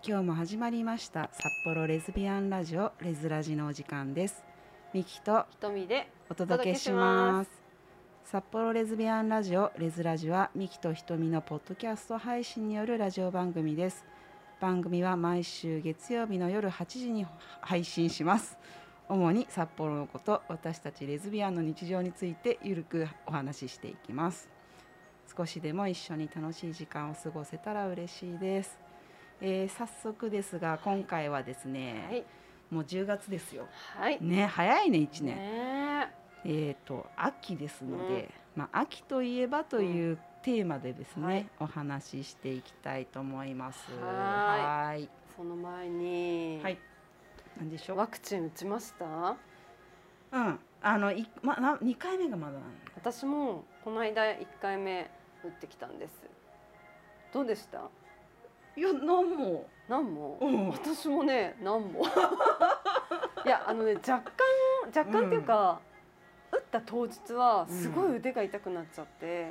今日も始まりました札幌レズビアンラジオレズラジのお時間です。ミキとひとみでお届けします。札幌レズビアンラジオレズラジはミキとひとみのポッドキャスト配信によるラジオ番組です。番組は毎週月曜日の夜8時に配信します。主に札幌のこと、私たちレズビアンの日常についてゆるくお話ししていきます。少しでも一緒に楽しい時間を過ごせたら嬉しいです。早速ですが今回はですね、 はい、 もう10月ですよ。 はいね、早いね1年。 ね秋ですので、秋といえばというテーマでですね、 はい、 お話ししていきたいと思います。 はい。その前に、 はい、何でしょう。 ワクチン打ちました？ うん、2回目がまだなの。 私もこの間1回目打ってきたんです。どうでした？ いや、何も、うん、 私もね、何もいや、若干っていうか、打った当日はすごい腕が痛くなっちゃって、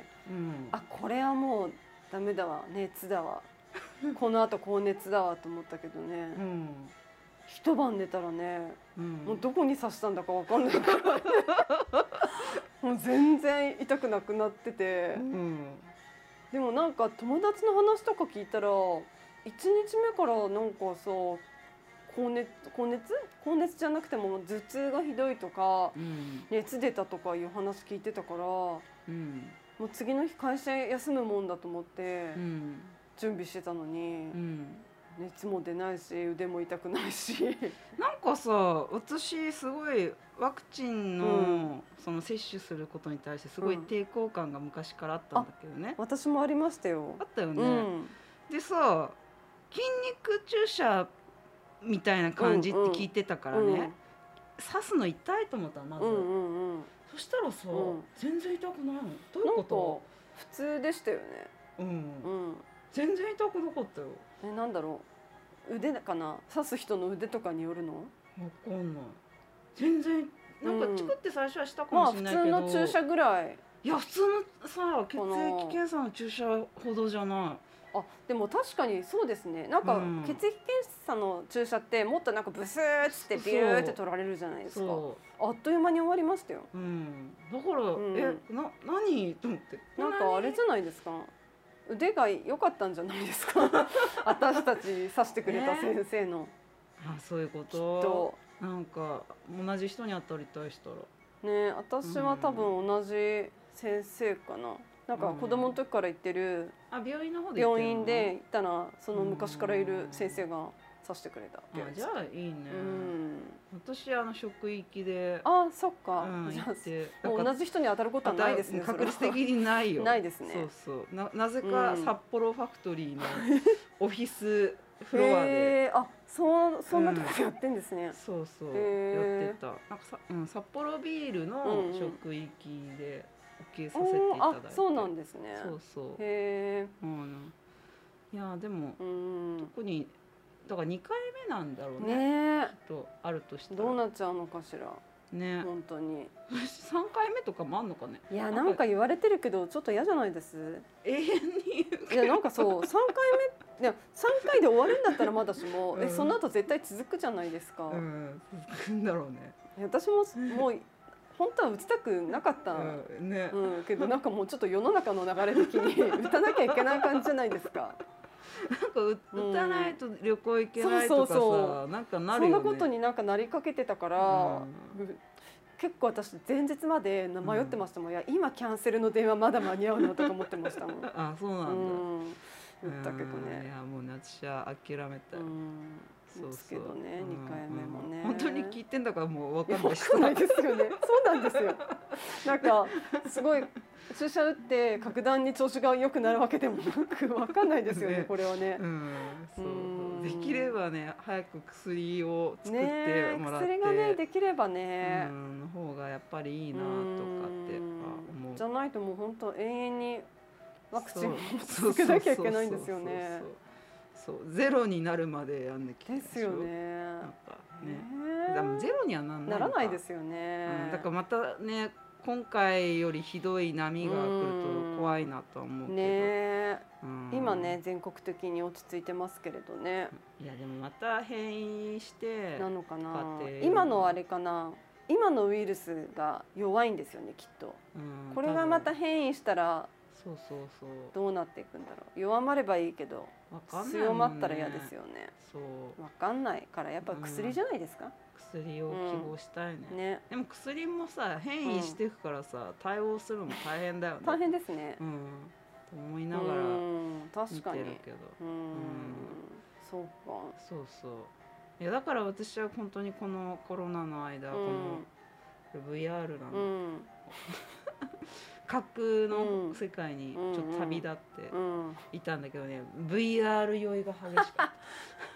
あ、これはもうダメだわ、熱だわこのあと高熱だわと思ったけどね、一晩寝たらね、もうどこに刺したんだか分かんないからもう全然痛くなくなってて、でもなんか友達の話とか聞いたら1日目からなんかさ、高熱じゃなくても頭痛がひどいとか、熱出たとかいう話聞いてたから、もう次の日会社休むもんだと思って準備してたのに、熱も出ないし腕も痛くないしなんかさ、私すごいワクチンの、その接種することに対してすごい抵抗感が昔からあったんだけどね。 私もありましたよ。 あったよね。でさ、筋肉注射みたいな感じって聞いてたからね、刺すの痛いと思ったのまず、そしたらさ、全然痛くないの。どういうこと？ 普通でしたよね。 全然痛くなかったよ。 なんだろう、腕かな、刺す人の腕とかによるの？ わかんない。全然なんかチクって最初はしたかもしれないけど、 普通の注射ぐらい。 いや、普通のさ、血液検査の注射ほどじゃない。 あ、でも確かにそうですね。なんか血液検査の注射ってもっとなんかブスーってビューって取られるじゃないですか。あっという間に終わりましたよ。 だから、何と思って。 なんかあれじゃないですか。腕が良かったんじゃないですか私たち刺してくれた先生の。 あ、そういうこと。なんか同じ人に当たりたいしたらね、私は多分同じ先生かな。なんか子供の時から行ってる病院で行ったら、その昔からいる先生が刺してくれた。 じゃあいいね。私職域で。 あ、そっか。じゃあもう同じ人に当たることはないですね。 確率的にないよ。 ないですね。 そうそう。なぜか札幌ファクトリーのオフィスフロアで。 あ、そんなとこでやってんですね。 そうそう。やってた。なんか札幌ビールの職域で受けさせていただいて。 そうなんですね。 そうそう。 へえ。 いやでも特にだから2回目なんだろうね。 きっとあるとしたらどうなっちゃうのかしら。ね、本当に。 3回目とかもあんのかね。 いや、なんか言われてるけどちょっと嫌じゃないです。 永遠にいや、なんかそう3回目、いや3回で終わるんだったらまだしも、その後絶対続くじゃないですか。 続くんだろうね。 私ももう本当は打ちたくなかったけど、なんかもうちょっと世の中の流れ的に打たなきゃいけない感じじゃないですか。 なんか打たないと旅行行けないとかさ、なんかなるよね。 そんなことになんかなりかけてたから、結構私前日まで迷ってましたもん。いや、今キャンセルの電話まだ間に合うのとか思ってましたもん。 あ、そうなんだ。 打ったけどね。 いや、もう私は諦めた。 そうですけどね、2回目もね。 本当に聞いてんだからもう分かんないし。 分かんないですよね。そうなんですよ。なんかすごい注射打って格段に調子が良くなるわけでもなく、分かんないですよね、これはね。 できればね、早く薬を作ってもらって、 薬がねできればね、 の方がやっぱりいいなとかって思う。 じゃないともう本当永遠にワクチンを続けなきゃいけないんですよね。 そう、ゼロになるまでやんなきゃいけないですよね。 なんかね、でもゼロにはならないならないですよね。 だからまたね、 今回よりひどい波が来ると怖いなとは思うけどね、今ね全国的に落ち着いてますけれどね。 いやでもまた変異してなのかな。今のあれかな、今のウイルスが弱いんですよねきっと、これがまた変異したらそうそうそうどうなっていくんだろう。弱まればいいけど強まったら嫌ですよね。そう分かんないからやっぱ薬じゃないですか、 薬を希望したいね。でも薬もさ変異していくからさ、対応するのも大変だよね。 大変ですね。 と思いながら見てるけど。 そうか。 そうそう。いやだから私は本当にこのコロナの間、この VR なの。架空の世界にちょっと旅立っていたんだけどね、VR 酔いが激しかった。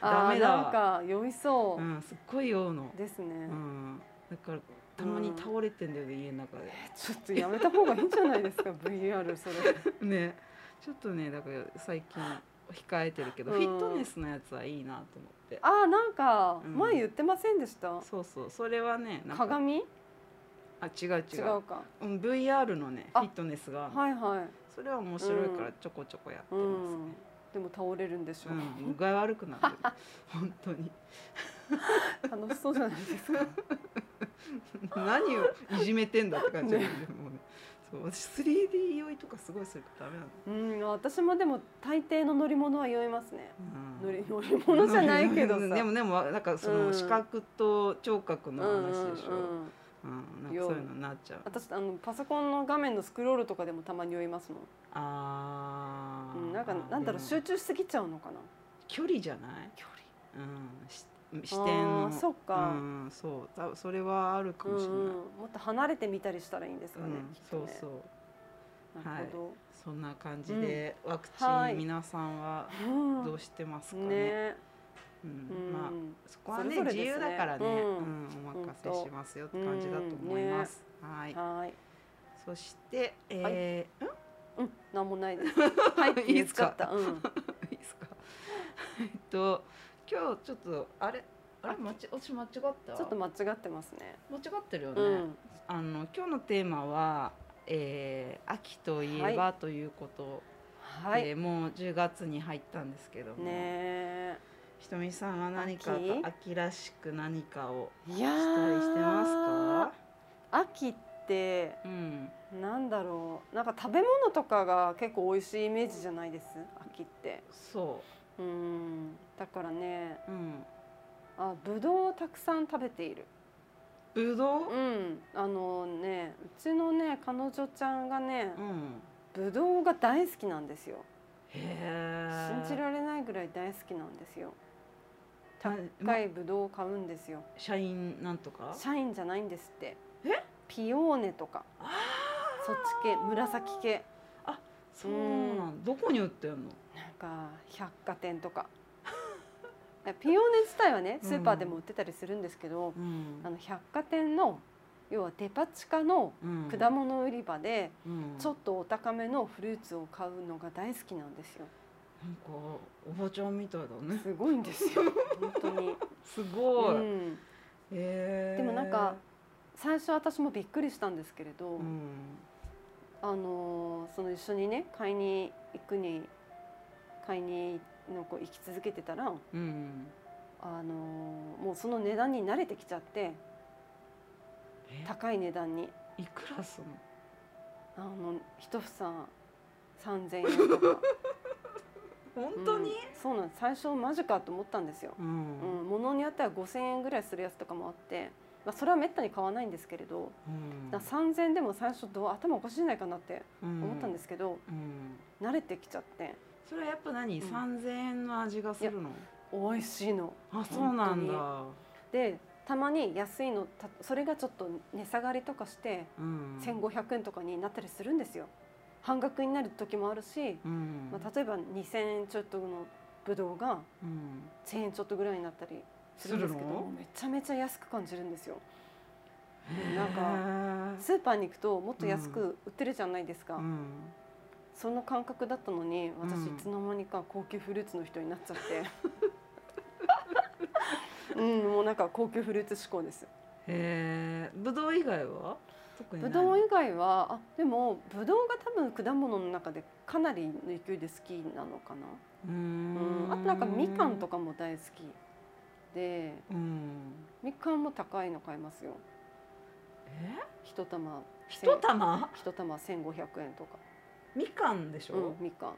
ダメだわ。 なんか酔いそう。 すっごい酔うの。 ですね。 だからたまに倒れてんだよね、家の中で。 ちょっとやめた方がいいんじゃないですかVR それ。 ね、ちょっとねだから最近控えてるけど、フィットネスのやつはいいなと思って。 なんか前言ってませんでした。 そうそう、それはね、 鏡？ 違うか。VR のねフィットネスが、それは面白いからちょこちょこやってますね。 でも倒れるんでしょう。 具合悪くなってる。本当に。 楽しそうじゃないですか。 何をいじめてんだって感じだよね。そう、私 3D 酔いとかすごいするからダメなの。 私もでも大抵の乗り物は酔いますね。乗り物じゃないけどさ。 でもなんかその視覚と聴覚の話でしょ。なんかそういうのになっちゃう。 私パソコンの画面のスクロールとかでもたまに酔いますもん。なんかなんだろう、集中しすぎちゃうのかな。 距離じゃない？距離。視点の。 そっか。 そう、それはあるかもしれない。 もっと離れてみたりしたらいいんですかね。 そうそう。 なるほど。 そんな感じでワクチン皆さんはどうしてますかね。まあそこはね自由だからね、お任せしますよって感じだと思います。はい。そしてなんもないです。はい、いいですか。いいですか。 今日ちょっと私間違った。ちょっと間違ってますね。 間違ってるよね。今日のテーマは秋といえばということで、もう10月に入ったんですけども。ひとみさんは何か秋らしく何かをしたりしてますか？ 秋ってなんだろう、なんか食べ物とかが結構美味しいイメージじゃないです？秋って。 そう。 だからね、ぶどうをたくさん食べている。 ぶどう？ うちのね彼女ちゃんがね、ぶどうが大好きなんですよ。信じられないぐらい大好きなんですよ。高いぶどうを買うんですよ。 シャインなんとか？ シャインじゃないんですって。ピオーネとか。そっち系、紫系。 そうなん。どこに売ってんの？ なんか百貨店とか。ピオーネ自体はねスーパーでも売ってたりするんですけど、百貨店の要はデパ地下の果物売り場でちょっとお高めのフルーツを買うのが大好きなんですよ。 なんかおばちゃんみたいだね。 すごいんですよ本当に。 すごい。 でもなんか最初私もびっくりしたんですけれど、その一緒にね買いに行き続けてたら、もうその値段に慣れてきちゃって、高い値段に。 いくらするの？ 一房3000円とか。 本当に？ そうなんです。最初マジかと思ったんですよ。物によっては5000円ぐらいするやつとかもあって、それはめったに買わないんですけれど、3000円でも最初頭おかしいんじゃないかなって思ったんですけど、慣れてきちゃって。 それはやっぱ3000円の味がするの？ 美味しいの。 そうなんだ。 でたまに安いのそれがちょっと値下がりとかして1500円とかになったりするんですよ。半額になる時もあるし、例えば2000円ちょっとのぶどうが1000円ちょっとぐらいになったりするんですけど、めちゃめちゃ安く感じるんですよ。なんかスーパーに行くともっと安く売ってるじゃないですか。その感覚だったのに私いつの間にか高級フルーツの人になっちゃってもうなんか高級フルーツ志向です。 ぶどう以外は？ 特にぶどう以外はでもぶどうが多分果物の中でかなりの勢いで好きなのかな。あとなんかみかんとかも大好きで、みかんも高いの買いますよ。一玉1500円とか。 みかんでしょ、 みかん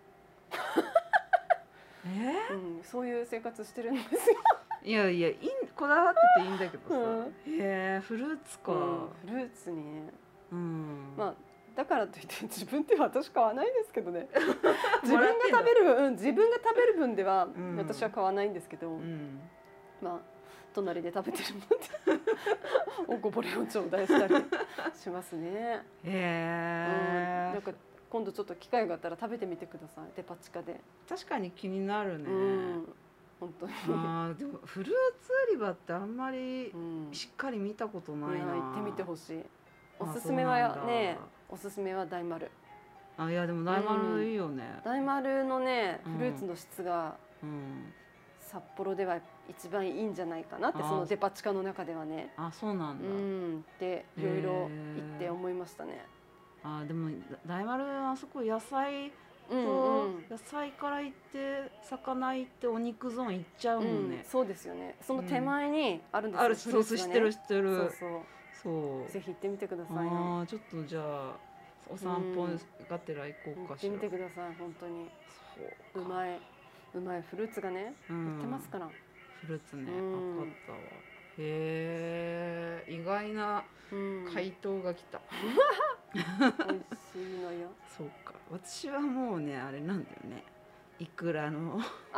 そういう生活してるんですよ。 いやいやこだわってていいんだけどさ、フルーツか、 フルーツにね、まあだからといって自分では私買わないですけどね。自分が食べる分では私は買わないんですけど、まあ隣で食べてるのでおこぼれを頂戴したりしますね。なんか今度ちょっと機会があったら食べてみてください。デパ地下で。 確かに気になるね。 本当に。 でもフルーツ売り場ってあんまりしっかり見たことないな。 行ってみてほしい。おすすめはね、おすすめは大丸。 いやでも大丸いいよね。 大丸のねフルーツの質が札幌では一番いいんじゃないかなって、そのデパ地下の中ではね。 そうなんだ。 っていろいろ言って思いましたね。 でも大丸あそこ野菜野菜から行って魚行ってお肉ゾーン行っちゃうもんね。 そうですよね。その手前にあるんですよ。 知ってる。 そうぜひ行ってみてください。 ちょっとじゃあお散歩がてら行こうかしら。 行ってみてください。本当にうまいフルーツがね売ってますから。 フルーツね、分かったわ。意外な回答が来た。 美味しいのよ。 そうか、私はもうねあれなんだよね、いくらの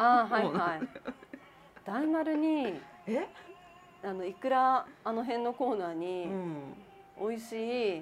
大丸にいくら辺のコーナーに美味しい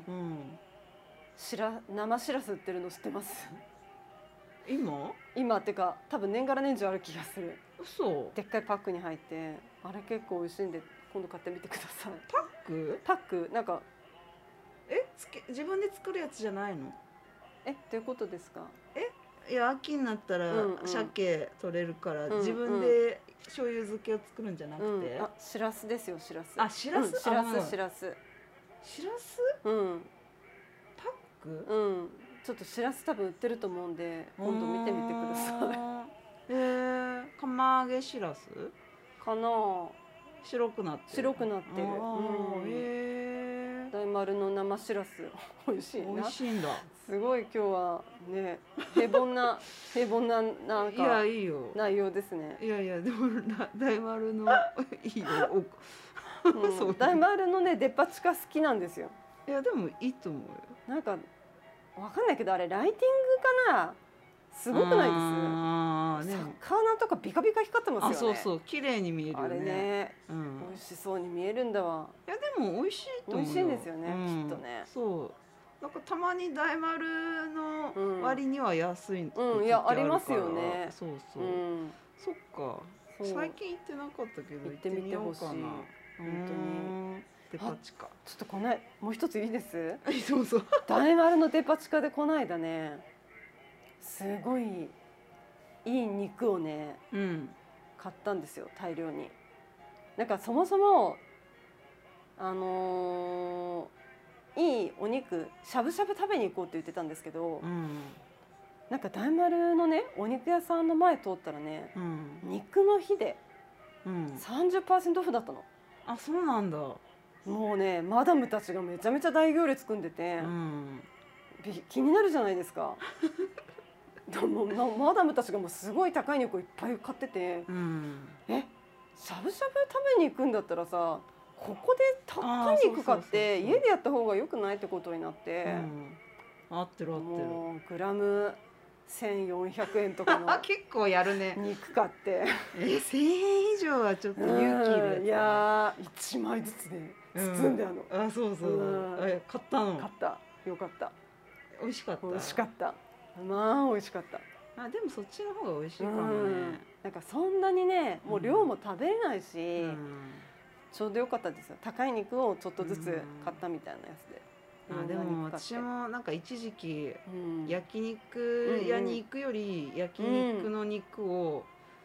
生しらす売ってるの知ってます？今ってか多分年がら年中ある気がする。でっかいパックに入って、あれ結構美味しいんで今度買ってみてください。パックなんか自分で作るやつじゃないの？ どういうことですか？ いや秋になったら鮭取れるから自分で醤油漬けを作るんじゃなくて、 しらすですよ。しらす。 しらす。 パック？ ちょっとしらす多分売ってると思うんで今度見てみてください。釜揚げしらす？ かな。 白くなってる。 大丸の生しらす美味しいな。 美味しいんだ。 すごい今日はね平凡ななんか内容ですね。 いやでも大丸のいいよ。 大丸のねデパ地下好きなんですよ。 いやでもいいと思うよ。 なんかわかんないけどあれライティングかな。すごくないです？魚とかビカビカ光ってますよね。 そう綺麗に見えるよね。 あれね、美味しそうに見えるんだわ。 いやでも美味しいと思う。 美味しいんですよね、きっとね。 なんかたまに大丸の割には安い。 いやありますよね。 そっか。最近行ってなかったけど行ってみてほしい。本当に。 デパ地下。 ちょっともう一ついいです？ そう。 大丸のデパ地下でこの間ね、すごいいい肉をね、買ったんですよ、大量に。なんかそもそもいいお肉しゃぶしゃぶ食べに行こうって言ってたんですけど、なんか大丸のねお肉屋さんの前通ったらね、肉の日で30% オフだったの。 そうなんだ。 もうねマダムたちがめちゃめちゃ大行列組んでて、気になるじゃないですか。マダムたちがもうすごい高い肉をいっぱい買ってて、しゃぶしゃぶ食べに行くんだったらさ、ここで高い肉買って家でやった方が良くないってことになって、 合ってる。 もうグラム1400円とかの結構やるね。 肉買って 1000円以上はちょっと勇気いる。 いや1枚ずつね包んでそう。買ったの？ 買った。よかった。 美味しかった。 美味しかった。まあ美味しかった。 でもそっちの方が美味しいかもね。 なんかそんなにねもう量も食べれないし、ちょうどよかったですよ。高い肉をちょっとずつ買ったみたいなやつで。 でも私もなんか一時期焼肉屋に行くより焼肉の肉を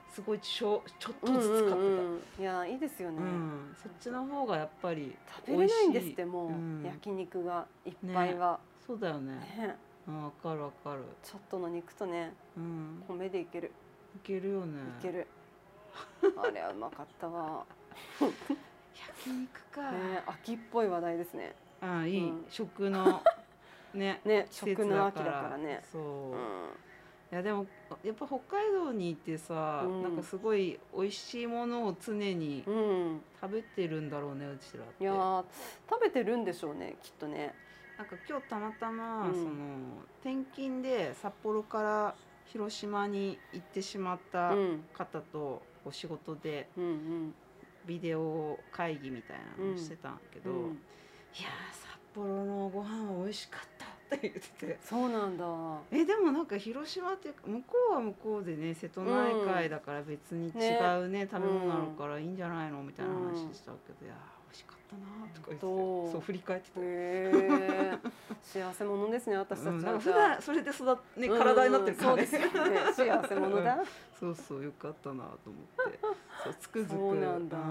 すごいちょっとずつ買ってた。いやいいですよね、 そっちの方がやっぱり食べれないんですってもう、焼肉がいっぱいは、 そうだよね。わかるわかる。 ちょっとの肉とね、米でいける。 いけるよね。 いける。あれはうまかったわ。 焼肉か。 秋っぽい話題ですね。 いい食のね、 食の秋だからね。 そう。いやでもやっぱ北海道に行ってさ、なんかすごい美味しいものを常に食べてるんだろうね、うちらって。 いや食べてるんでしょうね、きっとね。 なんか今日たまたま、その転勤で札幌から広島に行ってしまった方とお仕事でビデオ会議みたいなのをしてたんけど、いや札幌のご飯は美味しかったって言ってて。 そうなんだ。 でもなんか広島っていうか向こうは向こうでね、瀬戸内海だから別に違うね食べ物あるからいいんじゃないのみたいな話したけど、いや美味しかったなとか言って、そう振り返ってた。 幸せ者ですね、私たちは。普段それで体になってるからね。 幸せ者だ。 そうそう、よかったなと思って、そうつくづく思う。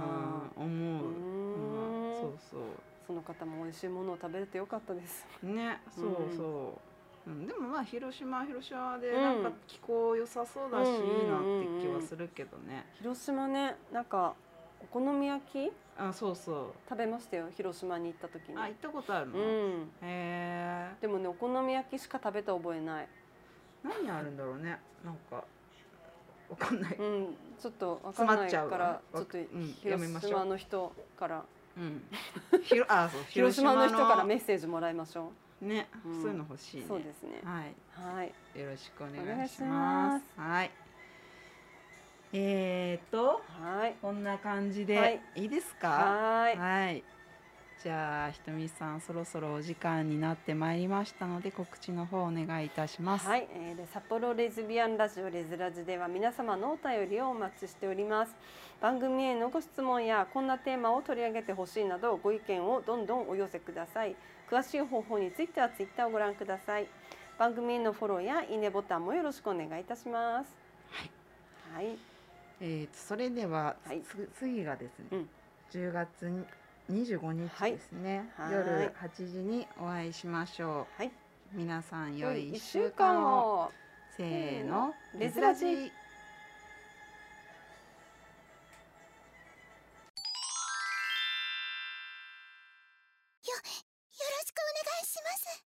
そうそう。 その方も美味しいものを食べれてよかったですね。そうそう。でもまあ広島でなんか気候良さそうだし、いいなって気はするけどね。 広島ね、なんかお好み焼き、 そうそう食べましたよ、広島に行った時に。 行ったことあるの？ でもね、お好み焼きしか食べた覚えない。 何あるんだろうね、なんかわかんない。 ちょっとわかんないから、ちょっと広島の人から広島の人からメッセージもらいましょうね。そういうの欲しいね。 そうですね。 はい、よろしくお願いします。はい、こんな感じでいいですか？はい。じゃあひとみさん、そろそろお時間になってまいりましたので告知の方お願いいたします。 はい、札幌レズビアンラジオレズラジでは皆様のお便りをお待ちしております。番組へのご質問やこんなテーマを取り上げてほしいなどご意見をどんどんお寄せください。詳しい方法についてはツイッターをご覧ください。番組へのフォローやいいねボタンもよろしくお願いいたします。はい。 それでは、次がですね、10月25日ですね、夜8時にお会いしましょう。皆さん良い1週間を。せーの、レズラジ。よろしくお願いします。